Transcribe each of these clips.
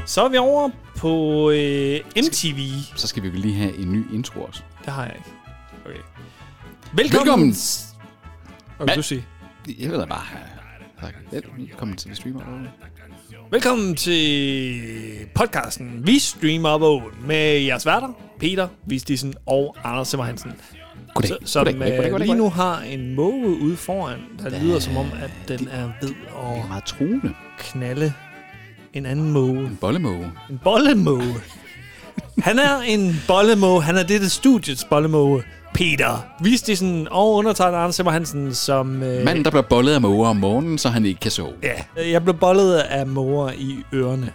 Så er vi over på MTV. Så skal vi vel lige have en ny intro også. Det har jeg ikke. Okay. Velkommen. Hvad vil du sige? Jeg ved da bare. Velkommen til Streamer. Velkommen til podcasten Vi Streamer op åen med jeres værter, Peter Vistisen og Anders Simmer Hansen. Som lige nu har en måge ude foran, der lyder som om, at den er ved at meget truende knalde en anden måge. En bollemåge. En bollemåge. Han er en bollemåge. Han er dette studiets bollemåge. Peter Vistisen og undertegnet Anders Simmer Hansen som... Manden, der bliver bollet af måger om morgenen, så han ikke kan sove. Ja, jeg blev bollet af måger i ørerne.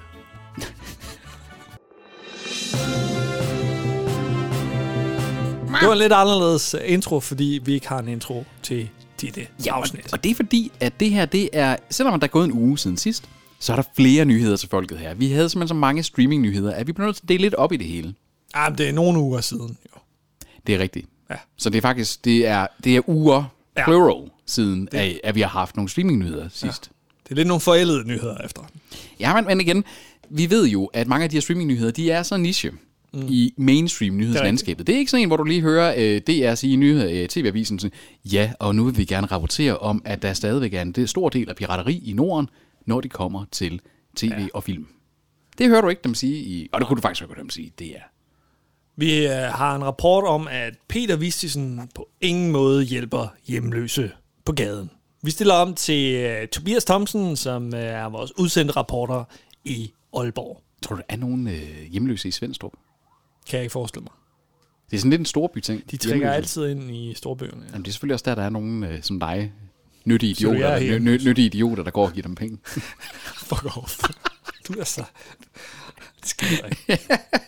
Det var en lidt anderledes intro, fordi vi ikke har en intro til det afsnit. Og det er fordi, at det her, det er... Selvom der er gået en uge siden sidst, så er der flere nyheder til folket her. Vi havde simpelthen så mange streaming-nyheder, at vi blev nødt til at dele lidt op i det hele. Ja, det er nogle uger siden, jo. Det er rigtigt. Ja. Så det er faktisk... Det er uger, plural, siden at vi har haft nogle streaming-nyheder sidst. Ja. Det er lidt nogle forældede nyheder efter. Ja, men igen, vi ved jo, at mange af de her streaming-nyheder, de er så niche i mainstream-nyhedslandskabet. Det er ikke sådan en, hvor du lige hører DR sige i TV-avisen, sådan, ja, og nu vil vi gerne rapportere om, at der stadigvæk er en stor del af pirateri i Norden, når de kommer til tv og film. Det hører du ikke dem sige og det kunne du faktisk ikke dem sige, det er. Vi har en rapport om, at Peter Vistisen på ingen måde hjælper hjemløse på gaden. Vi stiller om til Tobias Thomsen, som er vores udsendte rapporter i Aalborg. Tror du, der er nogen hjemløse i Svendstrup? Kan jeg ikke forestille mig. Det er sådan lidt en storby-ting. De trækker altid ind i storbyerne. Ja. Jamen, det er selvfølgelig også der er nogen som dig, nyttige idioter, der går og giver dem penge. Fuck off. Du er så... Det skider ikke.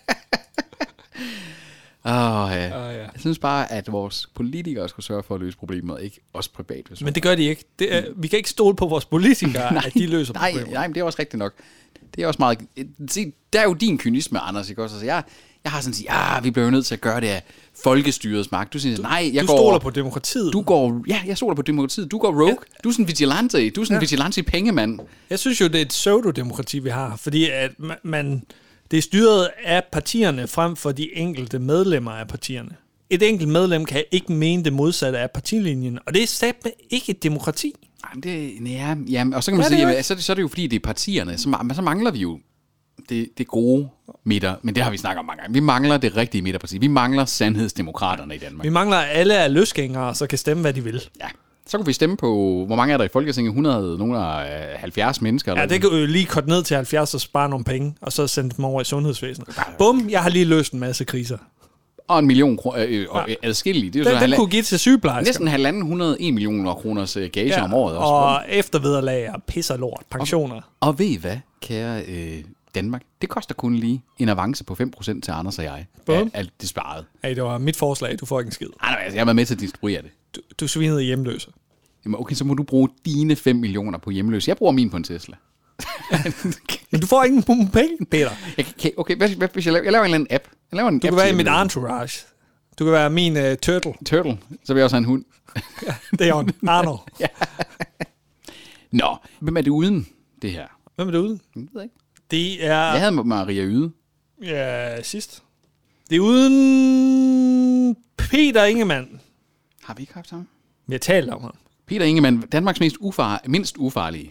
Jeg synes bare, at vores politikere skulle sørge for at løse problemet, ikke også privat. Men det gør de ikke. Vi kan ikke stole på vores politikere, at de løser problemet. Nej, men det er også rigtigt nok. Det er også meget... Se, der er jo din kynisme, Anders, ikke også? Altså, jeg har sådan sagt, vi bliver jo nødt til at gøre det af folkestyrets magt. Du siger, nej, jeg går... Du stoler på demokratiet. Jeg stoler på demokratiet. Du går rogue. Ja. Du er sådan en vigilante. Du er sådan en vigilante-pengemand. Jeg synes jo, det er et pseudodemokrati, vi har. Fordi at det er styret af partierne frem for de enkelte medlemmer af partierne. Et enkelt medlem kan ikke mene det modsatte af partilinjen, og det er stadig ikke et demokrati. Og så kan man sige, så er det jo fordi, det er partierne. Så mangler vi jo det gode midter, men det har vi snakket om mange gange. Vi mangler det rigtige midterparti. Vi mangler sandhedsdemokraterne i Danmark. Vi mangler, at alle er løsgængere, så kan stemme, hvad de vil. Ja. Så kan vi stemme på, hvor mange er der i Folketinget? 70 mennesker? Eller det kan jo lige korte ned til 70 og spare nogle penge, og så sende dem over i sundhedsvæsenet. Bum, jeg har lige løst en masse kriser. Og 1 million adskillige. Det er den kunne give til sygeplejersker. Næsten 1 millioner kroners gage om året. Også. Og eftervederlag og pisser lort, pensioner. Og ved I hvad, kære Danmark? Det koster kun lige en avance på 5% til Anders og jeg. Alt det sparede. Hey, det var mit forslag, du får ikke en skid. Nej, jeg var med til at distribuere det. Du svinede hjemløse. Jamen okay, så må du bruge dine 5 millioner på hjemløse. Jeg bruger min på en Tesla. Men du får ikke en penge, Peter. Okay, hvad hvis jeg laver en eller anden app? Du kan være i mit entourage. Du kan være min turtle. Turtle? Så vil jeg også have en hund. Ja, det er jo en Arno. Ja. Nå, hvem er det uden det her? Hvem er det uden? Jeg ved ikke. Det er... Jeg havde Maria Yde. Ja, sidst. Det er uden Peter Ingemann. Har vi ikke haft ham? Vi har talt om ham. Peter Ingemann, Danmarks mindst ufarlige.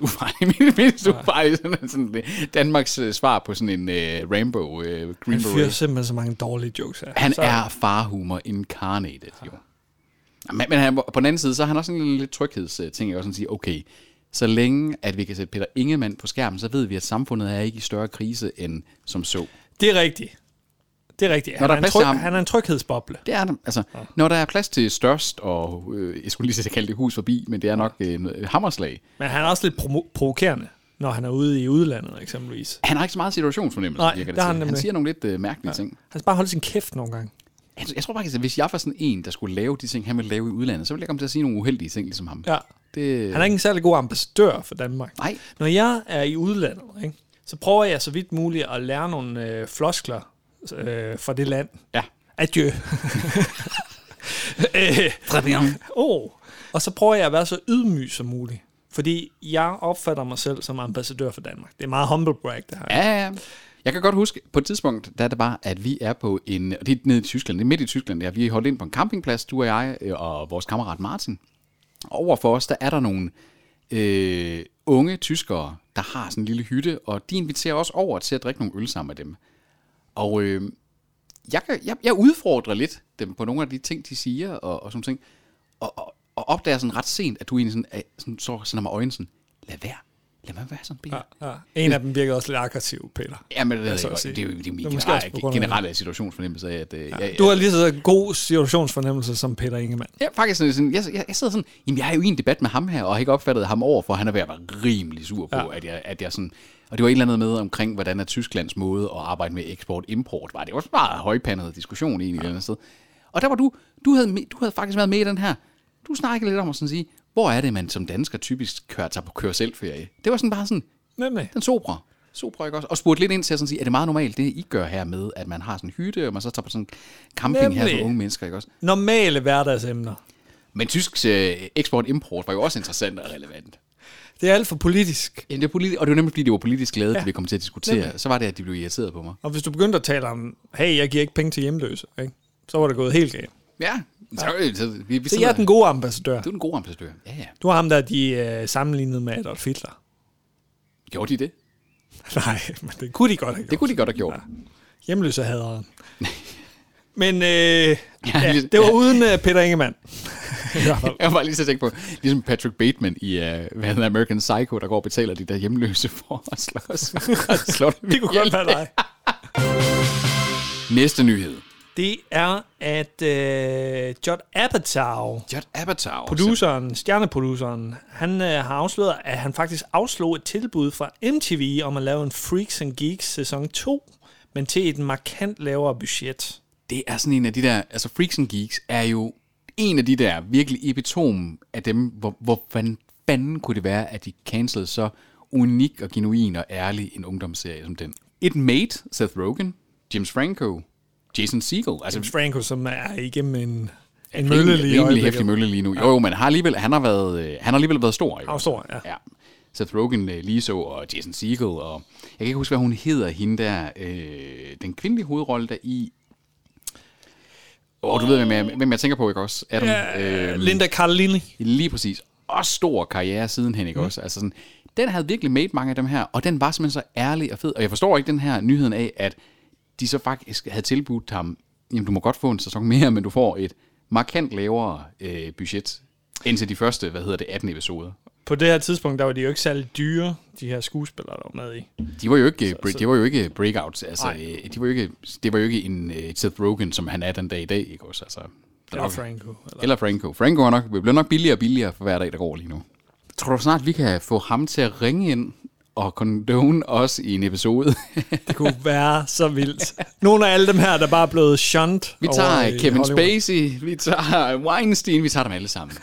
Sådan Danmarks svar på sådan en Rambo Green Beret. Han fyrer simpelthen så mange dårlige jokes her. Han er farhumor incarnated, jo. Men han, på den anden side, så er han også en lidt tryghedsting, jeg også sådan sige, okay, så længe at vi kan sætte Peter Ingemann på skærmen, så ved vi, at samfundet er ikke i større krise end som så. Det er rigtigt. Han er en tryghedsboble. Det er det. Altså, når der er plads til størst, og jeg skulle lige kalde det hus forbi, men det er nok hammerslag. Men han er også lidt provokerende, når han er ude i udlandet, eksempelvis. Han har ikke så meget situationsfornemmelse. Nej, han siger nogle lidt mærkelige ting. Han skal bare holde sin kæft nogle gange. Jeg tror faktisk, at hvis jeg var sådan en, der skulle lave de ting, han ville lave i udlandet, så ville jeg komme til at sige nogle uheldige ting, ligesom ham. Ja. Han er ikke en særlig god ambassadør for Danmark. Nej. Når jeg er i udlandet, ikke, så prøver jeg så vidt muligt at lære nogle floskler fra det land. Ja. Adieu. Og så prøver jeg at være så ydmyg som muligt. Fordi jeg opfatter mig selv som ambassadør for Danmark. Det er meget humble brag, det her. Ja. Jeg kan godt huske, på et tidspunkt, da det var, at vi er på en... Og det er nede i Tyskland, det er midt i Tyskland. Ja, vi er holdt ind på en campingplads, du og jeg, og vores kammerat Martin. Overfor os, der er der nogle unge tyskere, der har sådan en lille hytte, og de inviterer os over til at drikke nogle øl sammen med dem. Og jeg udfordrer lidt dem på nogle af de ting, de siger, og sådan ting. Og opdager sådan ret sent, at du egentlig sådan så med øjnene sådan, lad mig være sådan, Peter. Ja. En af dem virker også lidt aggressiv, Peter. Ja, men det er jo min generelle situationsfornemmelse af, at... Du har lige så god situationsfornemmelse som Peter Ingemann. Ja, faktisk sådan, jeg sidder sådan, jamen jeg er jo i en debat med ham her, og har ikke opfattet ham over, for han er ved at være rimelig sur på, at jeg sådan... Og det var et eller andet med omkring, hvordan er Tysklands måde at arbejde med eksport-import var. Det var også bare højpandet diskussion egentlig et eller andet sted. Og der var du havde faktisk været med i den her. Du snakkede lidt om at sådan sige, hvor er det, man som dansker typisk kører selvferie? Det var sådan bare sådan, den Sopra, ikke også? Og spurgte lidt ind til at sådan sige, er det meget normalt, det I gør her med, at man har sådan en hytte, og man så tager på sådan en camping her for unge mennesker, ikke også? Normale hverdagsemner. Men tysk eksport-import var jo også interessant og relevant. Det er alt for politisk. Ja, det er politisk, og det var nemlig, fordi det var politisk lavet, det vi kom til at diskutere. Nemlig. Så var det, at de blev irriteret på mig. Og hvis du begyndte at tale om, hey, jeg giver ikke penge til hjemløse, ikke? Så var det gået helt galt. Ja. Så jeg er den gode ambassadør. Du er den gode ambassadør, ja. Du har ham der, de sammenlignede med Adolf Hitler. Gjorde de det? Nej, men det kunne de godt have gjort. Det kunne de godt have gjort. Ja. Hjemløse haderen. Men det var uden Peter Ingemann. Jeg var lige så tænkt på, ligesom Patrick Bateman i American Psycho, der går og betaler de der hjemløse for at slå dem. Det kunne godt være dig. Næste nyhed. Det er, at Judd Apatow, stjerneproduceren, han har afsløret, at han faktisk afslog et tilbud fra MTV om at lave en Freaks and Geeks sæson 2, men til et markant lavere budget. Det er sådan en af de der, altså Freaks and Geeks er jo en af de der virkelig epitom af dem, hvor fanden kunne det være, at de cancelede så unik og genuin og ærlig en ungdomsserie som den. It made Seth Rogen, James Franco, Jason Segel. Altså James Franco, som er igennem en mølle lige rimelig hæftig mølle lige nu. Jo, men han har alligevel været stor. Han var stor, ja. Seth Rogen lige så, og Jason Segel, og jeg kan ikke huske, hvad hun hedder, hende der, den kvindelige hovedrolle der i... du ved, hvem jeg tænker på, ikke også? Adam, Linda Cardellini. Lige præcis. Og stor karriere sidenhen, ikke også? Altså sådan, den havde virkelig made mange af dem her, og den var simpelthen så ærlig og fed. Og jeg forstår ikke den her nyheden af, at de så faktisk havde tilbudt ham, jamen du må godt få en sæson mere, men du får et markant lavere budget, indtil de første, 18 episoder. På det her tidspunkt, der var de jo ikke særlig dyre, de her skuespillere, der var med i. De var jo ikke breakouts, altså det var jo ikke en Seth Rogen, som han er den dag i dag, ikke også? Altså, Eller Franco. Franco bliver nok billigere og billigere for hver dag, der går lige nu. Tror du snart, vi kan få ham til at ringe ind og condone os i en episode? Det kunne være så vildt. Nogle af alle dem her, der bare er blevet shunned. Vi tager Kevin Spacey, vi tager Weinstein, vi tager dem alle sammen.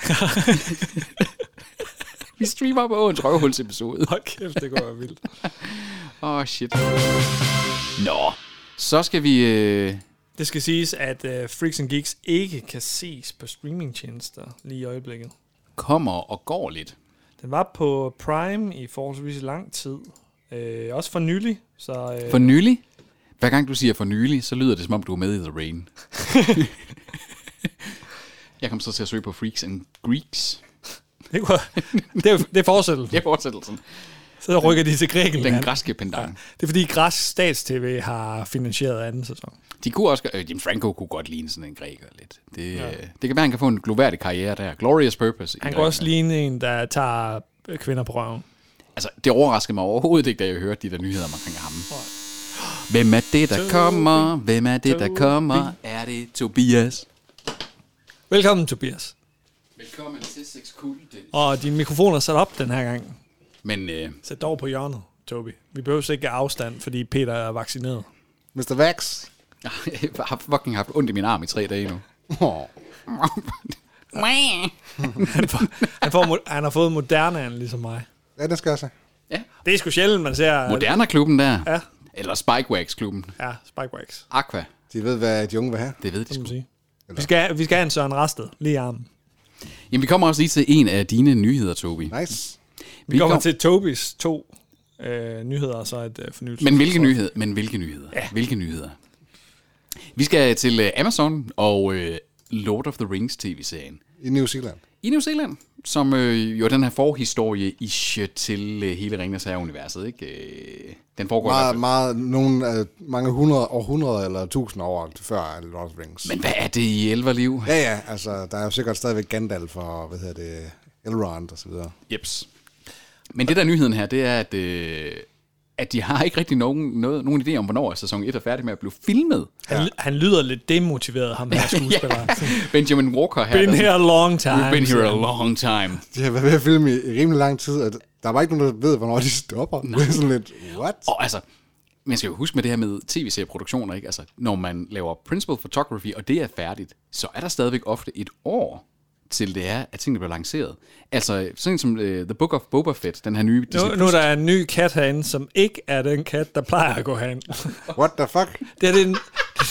Vi streamer på en røvhulsepisode. Hold kæft, det går vildt. Shit. Nå, så skal vi... Det skal siges, at Freaks and Geeks ikke kan ses på streamingtjenester lige i øjeblikket. Kommer og går lidt. Den var på Prime i forholdsvis lang tid. Også for nylig. For nylig? Hver gang du siger for nylig, så lyder det som om du er med i The Rain. Jeg kommer så til at søge på Freaks and Geeks. Det er fortsættelsen. Det er fortsættelsen. Så rykker de til Grækenland. Den græske pendant. Ja, det er fordi græsk stats-tv har finansieret anden sæson. De kunne også... Jim Franco kunne godt ligne sådan en græker lidt. Det kan være, han kan få en gloværdig karriere der. Glorious Purpose. Han kan også ligne en, der tager kvinder på røven. Altså, det overrasker mig overhovedet ikke, da jeg hørte de der nyheder omkring ham. Hvem er det, der kommer? Hvem er det, der kommer? Er det Tobias? Velkommen, Tobias. Velkommen til 6 Cool. Og din mikrofon er sat op den her gang. Men sæt dog på hjørnet, Toby. Vi behøver ikke afstand, fordi Peter er vaccineret. Mr. Vax. Jeg har fucking haft ondt i min arm i 3 dage nu. Han har fået Modernaen ligesom mig. Ja, det skal jeg sige. Ja. Det er sgu sjældent, man ser... Moderna-klubben der. Ja. Eller Spikewax-klubben. Ja, Spikewax. Aqua. De ved, hvad de unge vil have. Det ved de sgu. Vi skal have en Søren Rasted lige i armen. Jamen, vi kommer også lige til en af dine nyheder, Toby. Nice. Vi kommer til Tobis 2 nyheder, og så et fornyelse. Men hvilke nyheder? Ja. Hvilke nyheder? Vi skal til Amazon og Lord of the Rings tv-serien. I New Zealand. I New Zealand, som jo den her forhistorie-ish til hele Ringenes Herre-universet, ikke? Den foregår mange århundreder eller tusinder år før Lord of the Rings. Men hvad er det i Elverliv? Ja, altså, der er jo sikkert stadigvæk Gandalf og, Elrond og så videre. Jeps. Men det der nyheden her, det er, at de har ikke rigtig nogen idé om, hvornår sæson 1 er færdig med at blive filmet. Han lyder lidt demotiveret, ham her skuespiller. Benjamin Walker her. Been here a long time. We've been here a long time. De har været ved at filme i rimelig lang tid, og der var ikke nogen, der ved, hvornår de stopper. Det er sådan lidt, what? Og altså, man skal jo huske med det her med tv-serieproduktioner, ikke? Altså, når man laver principal photography, og det er færdigt, så er der stadigvæk ofte et år til det er, at tingene bliver lanceret. Altså, sådan som The Book of Boba Fett, den her nye Disney+. Nu er der en ny kat herinde, som ikke er den kat, der plejer at gå hen. What the fuck? Det er den...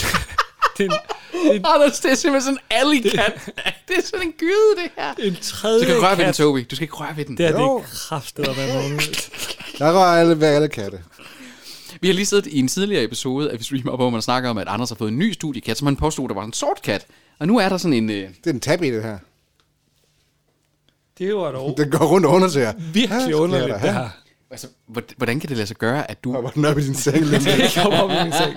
Anders, det er simpelthen sådan en alley-kat. Det er sådan en gyde, det her. En tredje kat. Du skal ikke røre ved den, Toby. Du skal ikke røre ved den. Det er det kraftedder med nogen. Der rører alle katte. Vi har lige siddet i en tidligere episode af Vi Streamer, hvor man snakker om, at Anders har fået en ny studiekat, som han påstod, der var en sort kat. Og nu er der sådan en... Det er en tab i det her. Det var dog... Den går rundt og undersøger. Virkelig underligt, det her. Altså, hvordan kan det lade sig gøre, at du... Jeg var den op i din seng. Jeg kom op i min seng.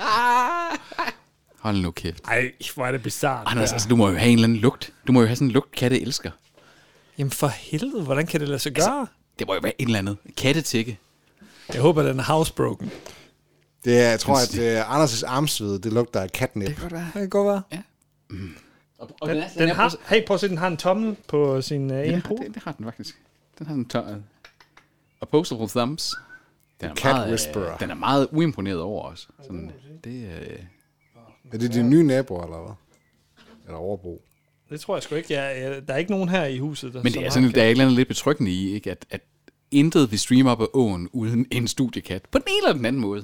Hold nu kæft. Ej, hvor er det bizarrt. Anders, altså, du må jo have en eller anden lugt. Du må jo have sådan en lugt, katte elsker. Jamen for helvede, hvordan kan det lade sig gøre? Altså, det må jo være et eller andet. Kattetække. Jeg håber, den er housebroken. Det er, jeg tror, at Anders' armsved, det lugter af catnip. Det kan godt være. Det kan godt være. Ja. Mm. Og den har, hey, prøv at se, den har en tommel på sin ene po. Det har den faktisk. Den har en tommel. Opposable thumbs. Den er meget uimponeret over os. Sådan, det er det dine nye naboer, eller hvad? Eller overbo? Det tror jeg sgu ikke. Der er ikke nogen her i huset, der... Men det er sådan, der er et eller andet lidt betryggende i, ikke? At intet vi streamer på åen uden en studiekat. På den ene eller den anden måde.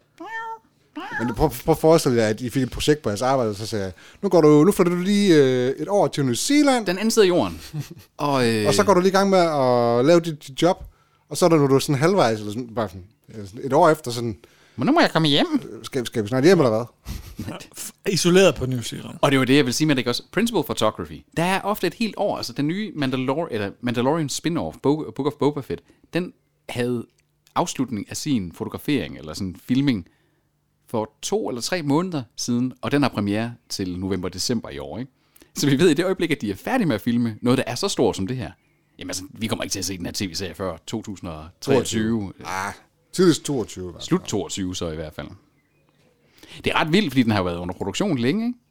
Men prøv at forestille jer, at I fik et projekt på jeres arbejde, og så sagde jeg, nu får du lige et år til New Zealand. Den anden side af jorden. Og så går du lige i gang med at lave dit job, og så er du sådan halvvejs, eller sådan, bare sådan, et år efter sådan... Men nu må jeg komme hjem. Skal vi snart hjem, eller hvad? Isoleret på New Zealand. Og det var det, jeg vil sige med det også. Principal photography. Der er ofte et helt år, altså den nye Mandalorian spin-off, Book of Boba Fett, den havde afslutning af sin fotografering, eller sådan filming, for 2 eller 3 måneder siden, og den har premiere til november-december i år, ikke? Så vi ved i det øjeblik, at de er færdige med at filme noget, der er så stort som det her. Jamen altså, vi kommer ikke til at se den her tv-serie før 2023. Tidligst 22. Slut 22 så i hvert fald. Det er ret vildt, fordi den har været under produktion længe, ikke?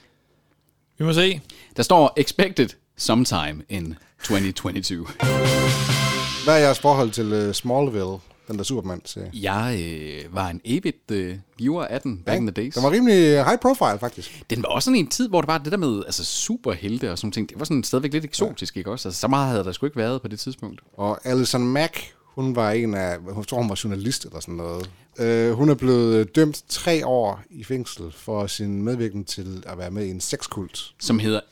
Vi må se. Der står expected sometime in 2022. Hvad er jeres forhold til Smallville? Den der Superman-serie. Jeg var en evigt viewer af den back in the days. Den var rimelig high profile, faktisk. Den var også sådan en tid, hvor det var det der med altså, superhelte og sådan ting. Det var sådan stadigvæk lidt eksotisk, ikke også? Altså, så meget havde der sgu ikke været på det tidspunkt. Og Alison Mack, hun var en af, jeg tror hun var journalist eller sådan noget. Hun er blevet dømt 3 år i fængsel for sin medvirken til at være med i en sexkult. Som hedder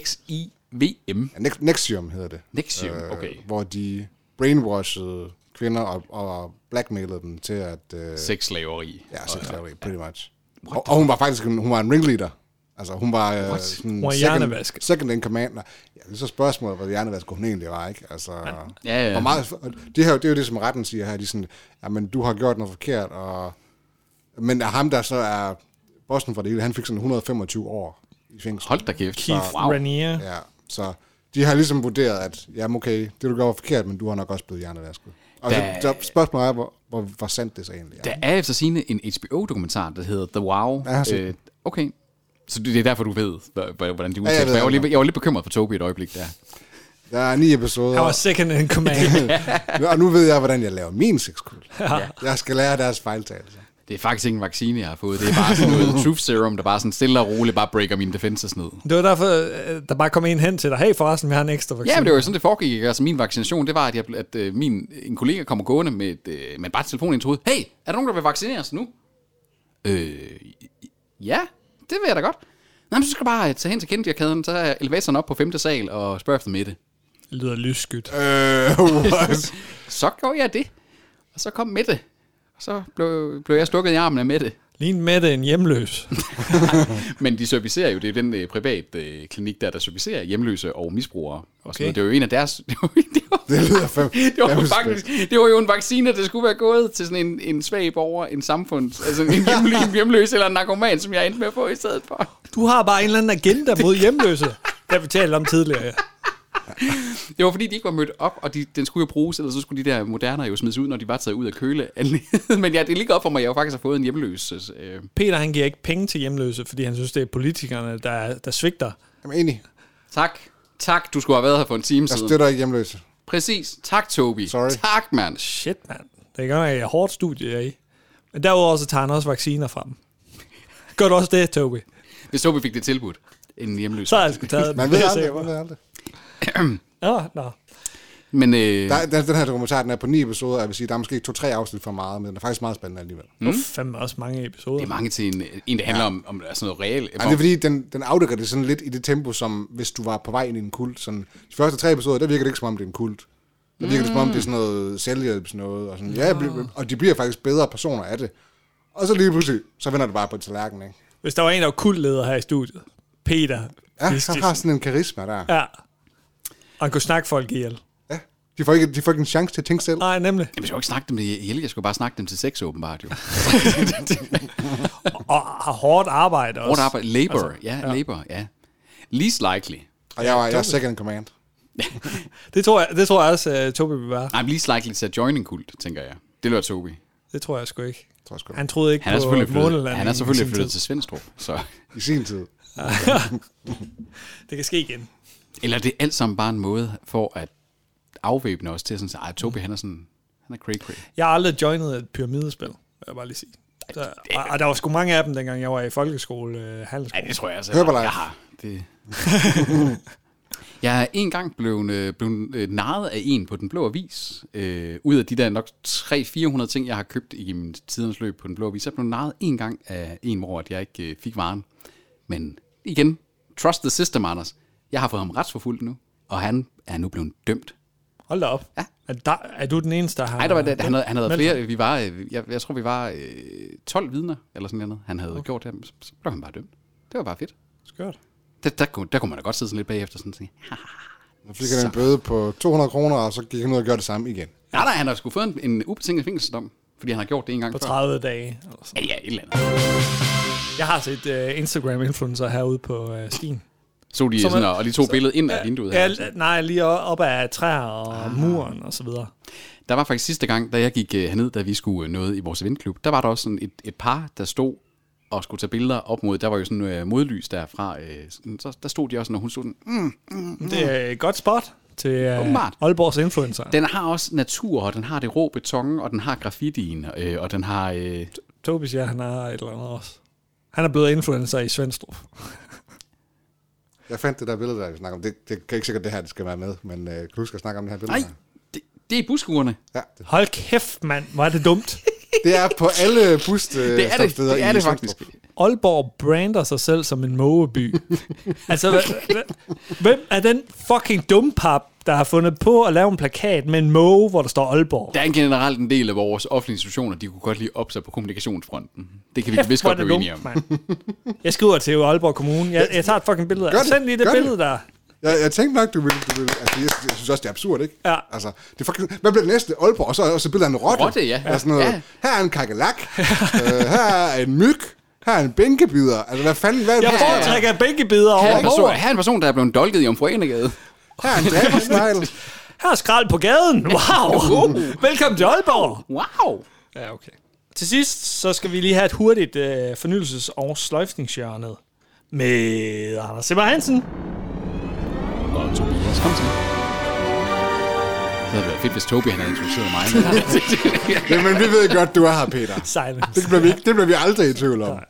NXIVM. Ja, Nexium hedder det. Nexium, okay. Hvor de brainwashede kvinder og blackmailede dem til at... Sexslaveri. Ja, sexslaveri, pretty much. Og hun var faktisk hun var en ringleader. Altså, hun var... Hun var hjernevask. Second in command. Ja, det er så spørgsmålet, hvad hjernevask hun egentlig var, ikke? Altså... Ja. Hvor meget, det er jo det, som retten siger her. De er sådan, jamen, du har gjort noget forkert, og... Men ham, der så er bossen for det hele, han fik sådan 125 år i fængsel. Hold da kæft. Keith Raniere. Ja, så... De har ligesom vurderet, at jamen okay, det du gør var forkert, men du har nok også blevet hjernevasket. Og så spørgsmålet er, hvor sandt det så egentlig er. Der er efter sigende en HBO-dokumentar, der hedder The Wow. Okay, så det er derfor, du ved, hvordan de udtaler. Jeg var lidt bekymret for Toby et øjeblik der. Der er 9 episoder. Han var second in command. Og nu ved jeg, hvordan jeg laver min sexkult. Ja. Jeg skal lære deres fejltagelser. Det er faktisk ikke en vaccine, jeg har fået. Det er bare sådan noget truth serum, der bare sådan stille og roligt bare breaker mine defenses ned. Det var derfor, der bare kom en hen til dig. Hey, forresten, vi har en ekstra vaccine. Ja, men det var jo sådan, det foregik. Altså min vaccination, det var, at en kollega kommer gående med bare telefonen i ens hoved. Hey, er der nogen, der vil vaccineres nu? Ja, det vil jeg da godt. Nej, men så skal du bare tage hen til Kennedy-arkaden, så er elevatoren op på 5. sal og spørge efter Mette. Det lyder lysskyt. Så gjorde jeg det. Og så kom Mette. Og så blev jeg stukket i armen af Mette. Lige Mette en hjemløs. Men de servicerer jo, det er den privat klinik der servicerer hjemløse og misbrugere. Okay. Og det var jo en af deres... Det lyder det var jo en vaccine, der skulle være gået til sådan en svag borger, en samfund, altså en hjemløs eller en narkoman, som jeg endte med at få i stedet for. Du har bare en eller anden agenda mod hjemløse. Det har vi talt om tidligere. Det var fordi, de ikke var mødt op, og den skulle jo bruges, eller så skulle de der Moderna jo smides ud, når de var taget ud af køle. Men ja, det er lige op for mig, at jeg jo faktisk har fået en hjemløs. Peter, han giver ikke penge til hjemløse, fordi han synes, det er politikerne, der svigter. Jamen enig. Tak, du skulle have været her for en time siden. Jeg støtter ikke hjemløse. Præcis. Tak, Toby. Sorry. Tak, mand. Shit, mand. Det er godt nok et hårdt studie, jeg er i. Men derudover så tager han også vacciner fra dem. Gør du også det, Toby? Hvis Toby fik det tilbudt, en hjemløs. Så har jeg sgu taget Man ved aldrig. Nå. Men den her dokumentar, den er på 9 episoder, og jeg vil sige, der er måske 2-3 afsnit for meget, men den er faktisk meget spændende alligevel. Det er fandme også mange episoder. det er mange til en der handler om sådan noget reelt. Ja, det er fordi, den afdækker det sådan lidt i det tempo, som hvis du var på vej ind i en kult. Sådan, de første 3 episoder, der virker det ikke som om, det er en kult. Der virker det som om, det er sådan noget selvhjælps noget. Og, sådan, og de bliver faktisk bedre personer af det. Og så lige pludselig, så vender det bare på tallerkenen, ikke? Hvis der var en, der var kultleder her i studiet. Peter. Ja, han har sådan en karisma der. Ja. Og han kunne snakke folk ihjel. Ja, de får ikke en chance til at tænke selv. Nej, nemlig. Jeg skulle ikke snakke dem ihjel, jeg skulle bare snakke dem til sex, åbenbart jo. Og har hårdt arbejde også. Hårdt arbejde, labor, labor, ja. Least likely. Og jeg er second in command. Det tror jeg også, Toby vil være. Nej, least likely til at join en kult, tænker jeg. Det løber Toby. Det tror jeg sgu ikke. Sgu. Han troede ikke på månelandingen. Han er selvfølgelig flyttet til Svendstrup, så... I sin tid. Det kan ske igen. Eller det er alt sammen bare en måde for at afvæbne os til sådan, at Toby, han er cray-cray. Jeg har aldrig joinet et pyramidespil, vil jeg bare lige sige. Så, og der var sgu mange af dem, dengang jeg var i folkeskole, handelsskole. Ja, det tror jeg altså. Herbalife. Jeg har. Jeg er en gang blevet narret af en på Den Blå Avis. Ud af de der nok 300-400 ting, jeg har købt i min tidernes løb på Den Blå Avis, så blev narret en gang af en, hvor jeg ikke fik varen. Men igen, trust the system, Anders. Jeg har fået ham retsforfulgt nu, og han er nu blevet dømt. Hold da op. Ja. Er du den eneste, der har... Nej, han havde flere. Vi var, jeg tror, vi var 12 vidner, eller sådan noget. Han havde gjort det, så blev han bare dømt. Det var bare fedt. Skørt. Der kunne man da godt sidde sådan lidt bagefter sådan sige. Så fik han en bøde på 200 kroner, og så gik han ud og gjorde det samme igen. Nej, han har sgu fået en ubetinget fængselsdom, fordi han har gjort det en gang på før. 30 dage. Ja, et eller andet. Jeg har set Instagram-influencer herude på Stien. Så de sådan, og de tog billedet ind af vinduet her? Nej, lige op ad træer og muren og så videre. Der var faktisk sidste gang, da jeg gik herned, da vi skulle noget i vores eventklub, der var der også sådan et par, der stod og skulle tage billeder op mod, der var jo sådan modlys derfra, så der stod de også, når hun stod sådan, Det er et godt spot til Aalborgs influencer. Den har også natur, og den har det rå beton, og den har graffitien, og den har... Toby siger, han har et eller andet også. Han er blevet influencer i Svendstrup. Jeg fandt det der billede, der vi snakker om. Det kan ikke sikkert det her, det skal være med, men kan du huske at snakke om det her billede? Nej, det er buskurene. Ja. Hold kæft, mand. Hvor er det dumt. Det er på alle bussteder det er det faktisk. Aalborg brander sig selv som en mågeby. Altså, hvem er den fucking dumpap, der har fundet på at lave en plakat med en måge, hvor der står Aalborg? Der er generelt en del af vores offentlige institutioner, de kunne godt lide op sig på kommunikationsfronten. Det kan vi vist godt blive enige om. Jeg skriver til Aalborg Kommune. Jeg tager et fucking billede af. Send lige det billede der. Jeg tænkte nok, du vil altså, jeg synes også, det er absurd, ikke? Ja. Altså, det fucking, hvad bliver det næste? Aalborg, og så billeder af en rotte. Rotte, ja. Altså noget, ja. Her er en kakelak, her er en myg, her er en bænkebider. Altså, hvad fanden? Jeg foretrækker bænkebider over her er en person, der er blevet dolket i Omfruenegade. Her er en dræbersnegl. Her er skrald på gaden. Wow. Velkommen til Aalborg. Wow. Ja, okay. Til sidst, så skal vi lige have et hurtigt fornyelses- og sløjfningshjørnet med Anders Simmer Hansen. Og Tobias, kom til. Så havde det været fedt, hvis Tobi han havde introduceret mig. Jamen, vi ved godt, du er her, Peter. Silence. Det bliver vi aldrig i tvivl om.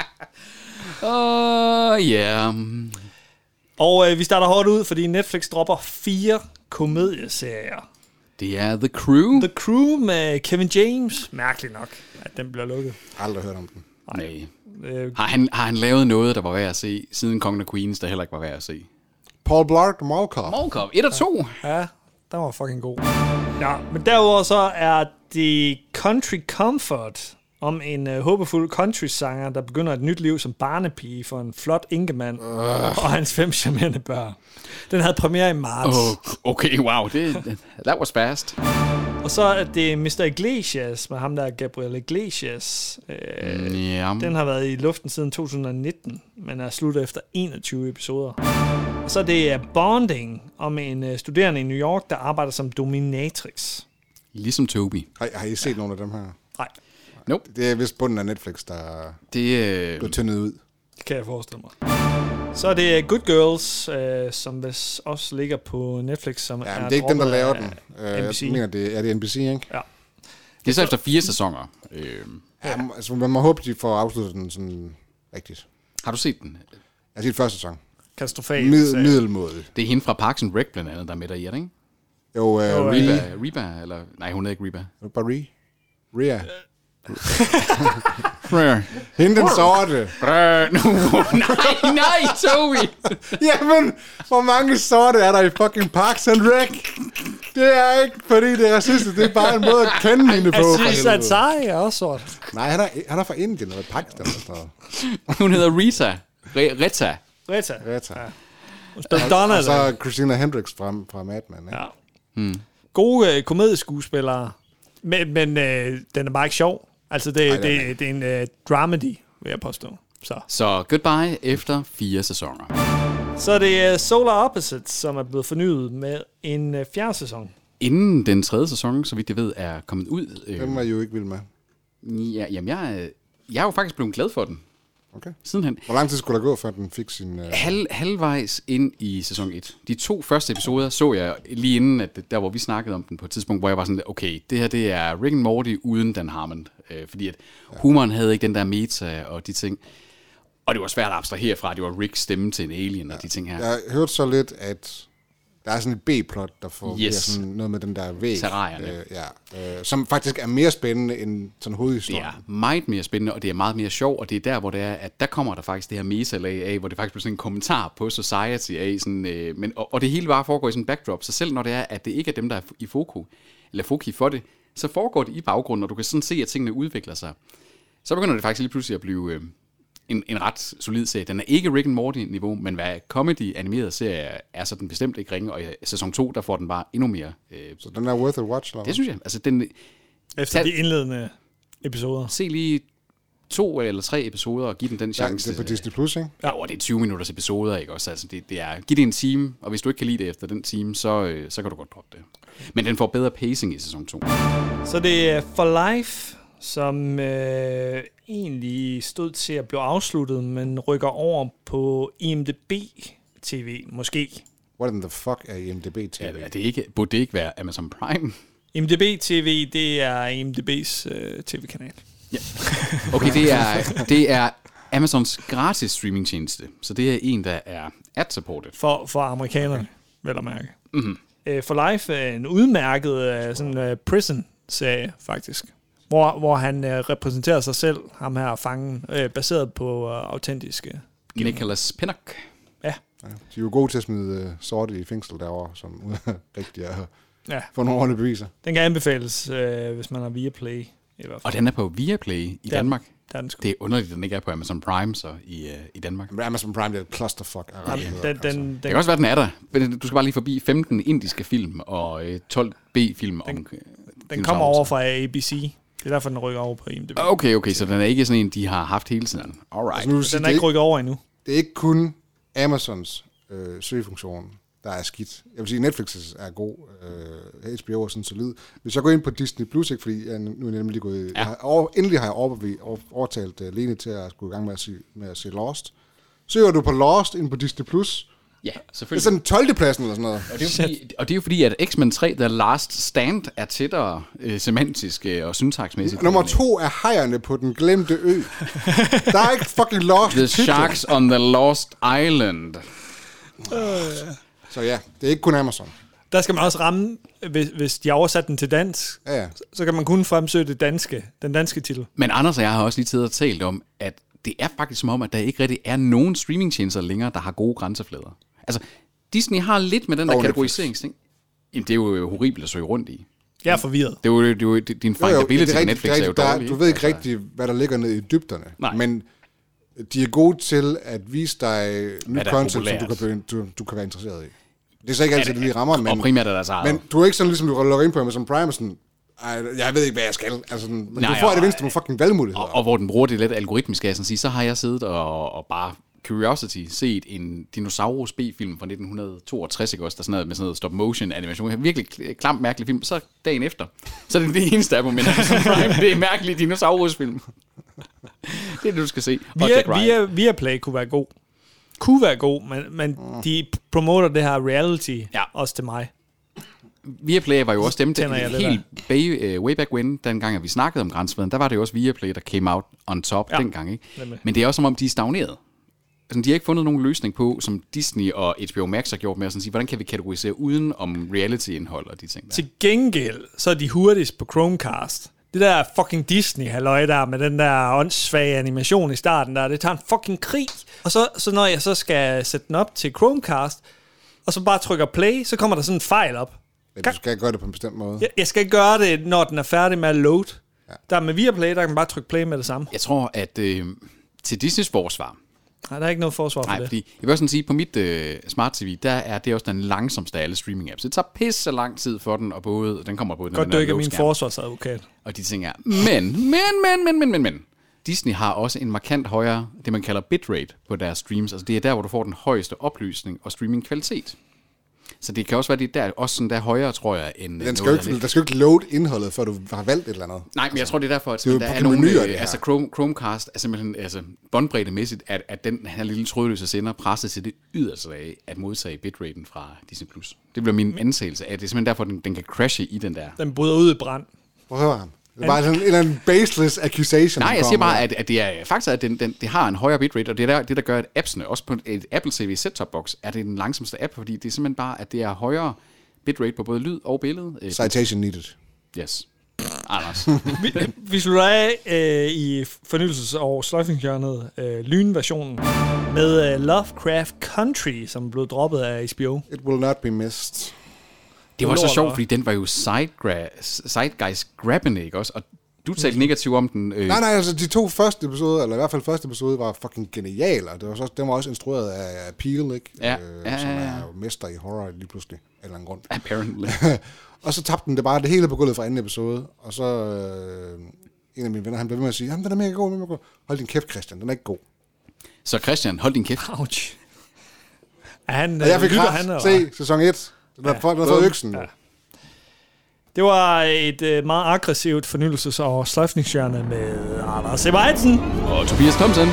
Yeah. Og vi starter hårdt ud, fordi Netflix dropper 4 komedieserier. Det er The Crew. The Crew med Kevin James. Mærkeligt nok, at den bliver lukket. Aldrig hørt om den. Nej. Har han lavet noget, der var værd at se, siden Kongen af Queens, der heller ikke var værd at se? Paul Blart Mall Cop. Mall Cop 1 og 2. Ja, Den var fucking god. Ja, men derudover så er det Country Comfort om en håbefuld country-sanger, der begynder et nyt liv som barnepige for en flot enkemand og hans 5 charmerende børn. Den havde premiere i marts. Okay, wow. That was fast. Og så er det Mr. Iglesias med ham der Gabriel Iglesias. Den har været i luften siden 2019, men er sluttet efter 21 episoder. Og så er det Bonding om en studerende i New York, der arbejder som dominatrix. Ligesom Toby. Har I set nogle af dem her? Nej. Nope. Det er vist bunden af Netflix, der blev tyndet ud. Det kan jeg forestille mig. Så er det Good Girls, som vist også ligger på Netflix, som ja, men det er ikke dem, der laver den. NBC. Jeg mener, det er NBC, ikke? Ja. Det er så efter 4 sæsoner. Ja, altså, man må håbe, de får afsluttet den sådan rigtigt. Har du set den? Jeg har set første sæson. Katastrofalt. Middelmåde. Det er hende fra Parks and Rec blandt andet, der er med der i, ikke? Jo, Reba, eller... Nej, hun er ikke Reba. Ria. Hende den sorte. nej, Toby. Jamen, hvor mange sorte er der i fucking Parks and Rec? Det er ikke, fordi det er racistisk. Det er bare en måde at kende hende på. Aziz Ansari er også sort. Nej, han er fra Indien eller Pakistan. Hun hedder Rita. Retta. Ja. Og så Christina Hendricks fra Mad Men. Ja. Gode komedieskuespillere, men den er bare ikke sjov. Altså, det er en dramedy, vil jeg påstå. Så goodbye efter 4 sæsoner. Så er det Solar Opposites, som er blevet fornyet med en 4. sæson. Inden den 3. sæson, så vidt jeg ved, er kommet ud. Den var jeg jo ikke vild med. Ja, jamen, jeg er jo faktisk blevet glad for den. Okay. Sidenhen. Hvor lang tid skulle der gå, før den fik sin... Halvvejs ind i sæson 1. De 2 første episoder så jeg lige inden, at der hvor vi snakkede om den på et tidspunkt, hvor jeg var sådan, okay, det her det er Rick and Morty uden Dan Harmon. Fordi at humoren havde ikke den der meta og de ting. Og det var svært at abstrahere fra, at det var Ricks stemme til en alien og de ting her. Jeg hørte så lidt, at der er sådan et B-plot, der får sådan noget med den der væg. Som faktisk er mere spændende end sådan hovedhistorien. Det er meget mere spændende, og det er meget mere sjov, og det er der, hvor det er, at der kommer der faktisk det her meta-lag af, hvor det faktisk bliver sådan en kommentar på society af, sådan, og det hele bare foregår i sådan en backdrop, så selv når det er, at det ikke er dem, der er i fokus for det, så foregår det i baggrunden, og du kan sådan se, at tingene udvikler sig. Så begynder det faktisk lige pludselig at blive... En ret solid serie. Den er ikke Rick and Morty-niveau, men hvad comedy-animeret serie er, så den bestemt ikke ringe, og i sæson 2, der får den bare endnu mere. Så den er worth a watch? Eller? Det synes jeg. Altså, den, efter de indledende episoder. Se lige 2 eller 3 episoder og giv den chance. Ja, det er på Disney Plus, ikke? Ja, og det er 20 minutters episoder, ikke også? Altså, det er, giv det en time, og hvis du ikke kan lide det efter den time, så kan du godt droppe det. Men den får bedre pacing i sæson 2. Så det er For Life, som egentlig stod til at blive afsluttet, men rykker over på IMDb TV, måske. What in the fuck er IMDb TV? Ja, burde det ikke være Amazon Prime? IMDb TV, det er IMDb's tv-kanal. Ja. Okay, det er Amazons gratis streamingtjeneste, så det er en, der er ad-supported. For amerikanerne, vel at mærke. Mm-hmm. For Life er en udmærket sådan prison-serie, faktisk. Hvor han repræsenterer sig selv, ham her fangen, baseret på autentiske... Nicholas Pinnock. Ja. De er jo gode til at smide sorte i fængsel derovre, som rigtig er få nogle ordentlige beviser. Den kan anbefales, hvis man har Viaplay. I hvert fald. Og den er på Viaplay i Danmark? Det er underligt, at den ikke er på Amazon Prime så i Danmark. Men Amazon Prime, det er et clusterfuck. Det kan også være, den er der. Du skal bare lige forbi 15 indiske film og 12 B-film. Den kommer over fra ABC. Det er derfor, den rykker over på IMDb. Okay, så den er ikke sådan en, de har haft hele tiden. Alright. Altså, den er ikke rykket over endnu. Det er ikke kun Amazons søgefunktion, der er skidt. Jeg vil sige, Netflix er god, HBO er sådan solid. Hvis jeg går ind på Disney Plus, ikke, fordi jeg nu er nemlig gået... Ja. Endelig har jeg overtalt Lene til at skulle i gang med at se Lost. Søger du på Lost ind på Disney Plus... Ja, selvfølgelig. Det er sådan 12. pladsen eller sådan noget. Og det er jo fordi, at X-Men 3, The Last Stand, er tættere semantisk og syntaksmæssigt. Nummer 2 er hajerne på den glemte ø. Der er ikke fucking Lost. The Sharks on the Lost Island. Så ja, det er ikke kun Amazon. Der skal man også ramme, hvis de har oversat den til dansk, så kan man kun fremsøge den danske titel. Men Anders og jeg har også lige tidligere og talt om, at det er faktisk som om, at der ikke rigtig er nogen streamingtjenester længere, der har gode grænseflader. Altså, Disney har lidt med den der kategoriseringsting. Jamen, det er jo horribelt at søge rundt i. Jeg er forvirret. Det er jo din findability på Netflix er jo dårlig. Du ved ikke rigtigt, hvad der ligger nede i dybderne. Nej. Men de er gode til at vise dig nyt content, som du kan være interesseret i. Det er så ikke altid, det lige rammer, men... Og primært er der så... Men du er ikke sådan, ligesom du logger ind på Amazon Prime, sådan... Jeg ved ikke, hvad jeg skal. Altså, men du får det mindste nogle fucking valgmuligheder. Og hvor den bruger det lidt algoritmisk, skal jeg sådan sige, så har jeg siddet og bare curiosity set en Dinosaurus B-film fra 1962, ikke også, der sådan noget med sådan noget stop motion animation. En virkelig klam, mærkelig film. Så dagen efter, så er det eneste af dem, det er mærkelig Dinosaurus-film. Det er det, du skal se. Viaplay kunne være god. Men de promoter det her reality også til mig. Viaplay var jo også dem, helt way back when, dengang vi snakkede om grænsevæden, der var det jo også Viaplay, der came out on top dengang, ikke? Men det er også som om, de er stagneret. Altså, de har ikke fundet nogen løsning på, som Disney og HBO Max har gjort med at sige, hvordan kan vi kategorisere uden om reality-indhold og de ting der. Til gengæld, så er de hurtigst på Chromecast. Det der fucking Disney-halløj der, med den der åndssvage animation i starten der, det tager en fucking krig. Og så når jeg så skal sætte den op til Chromecast, og så bare trykker play, så kommer der sådan en fejl op. Ja, du skal gøre det på en bestemt måde. Jeg skal gøre det, når den er færdig med at load. Ja. Der med Viaplay, der kan man bare trykke play med det samme. Jeg tror, at til Disneys forsvar... Nej, der er ikke noget forsvar for det. Fordi, jeg vil også sådan sige, på mit Smart TV, der er det også den langsomste af alle streaming-apps. Det tager pisse lang tid for den, og den kommer på den. Godt, du ikke er min forsvarsadvokat. Og de tænker, men. Disney har også en markant højere, det man kalder bitrate på deres streams. Altså det er der, hvor du får den højeste opløsning og streaming-kvalitet. Så det kan også være, det der også sådan der højere, tror jeg, end... Der skal jo ikke load indholdet, før du har valgt et eller andet. Nej, men jeg tror, det er derfor, at der er nogle... Altså Chromecast er simpelthen båndbreddemæssigt, at den her lille trådløse sender presset til det yderste af at modtage bitraten fra Disney+. Det bliver min antagelse af, det er simpelthen derfor, den kan crashe i den der... Den bryder ud i brand. Prøv at høre ham. Det er bare sådan en eller anden baseless accusation. Nej, jeg siger bare, at det er faktisk, at det har en højere bitrate, og det er det, der gør, at appsene, også på et Apple TV set-top box, er det den langsomste app, fordi det er simpelthen bare, at det er højere bitrate på både lyd og billede. Citation needed. Yes. Anders. Vi slutter af i fornyelses- og sløjfningshjørnet lynversionen med Lovecraft Country, som blev droppet af HBO. It will not be missed. Det var så sjovt, fordi den var jo zeitgeist-grabbende, ikke også? Og du talte negativt om den. Nej, altså de 2 første episoder, eller i hvert fald første episode, var fucking genial, og den var også instrueret af Peele, ikke? Som er mester i horror lige pludselig, af en eller anden grund. Apparently. Og så tabte den det bare det hele på gulvet fra anden episode, og så en af mine venner, han blev ved med at sige, jamen den er mega god, hold din kæft, Christian, den er ikke god. Så Christian, hold din kæft. Ouch. Og jeg fik ret, se sæson 1. Den har fået øksen. Ja. Det var et meget aggressivt fornyelses- og sløjfningshjørne med Anders Sebastian og Tobias Thomsen.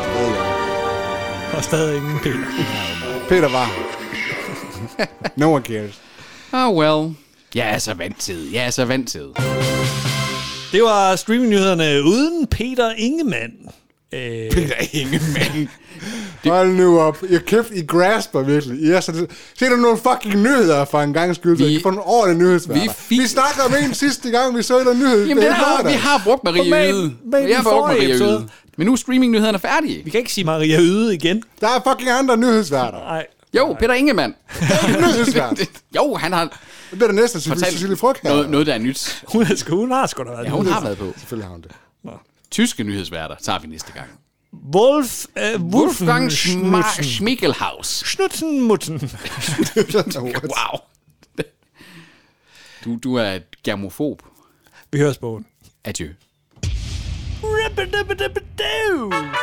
Og stadig ingen Peter. Peter var. No one cares. Oh well. Jeg er så vant til. Det var streamingnyhederne uden Peter Ingemann. Peter Ingemann. Hold nu op. Jeg kæft, I grasper virkelig. Se du nogle fucking nyheder for en gang skyld, så I kan få nogle ordentlige nyhedsværter. Vi snakker om en sidste gang, vi så en nyhed. Jamen vi har brugt Maria Yde. Men nu er streamingnyhederne færdige. Vi kan ikke sige Maria Yde igen. Der er fucking andre nyhedsværter. Nej. Jo, Peter Ingemann. Det er ikke nyhedsvært. Jo, han har... Det bliver det næste, Cecilie Frøk her. Noget, der er nyt. Hun har sgu da været. Ja, hun har været på. Selvfølgelig har hun det. Tyske nyhedsværter tager vi næste gang. Wolfgang Schmickelhaus. Schnutzenmutten. Wow. Du er et germofob. Vi høres på. Adieu.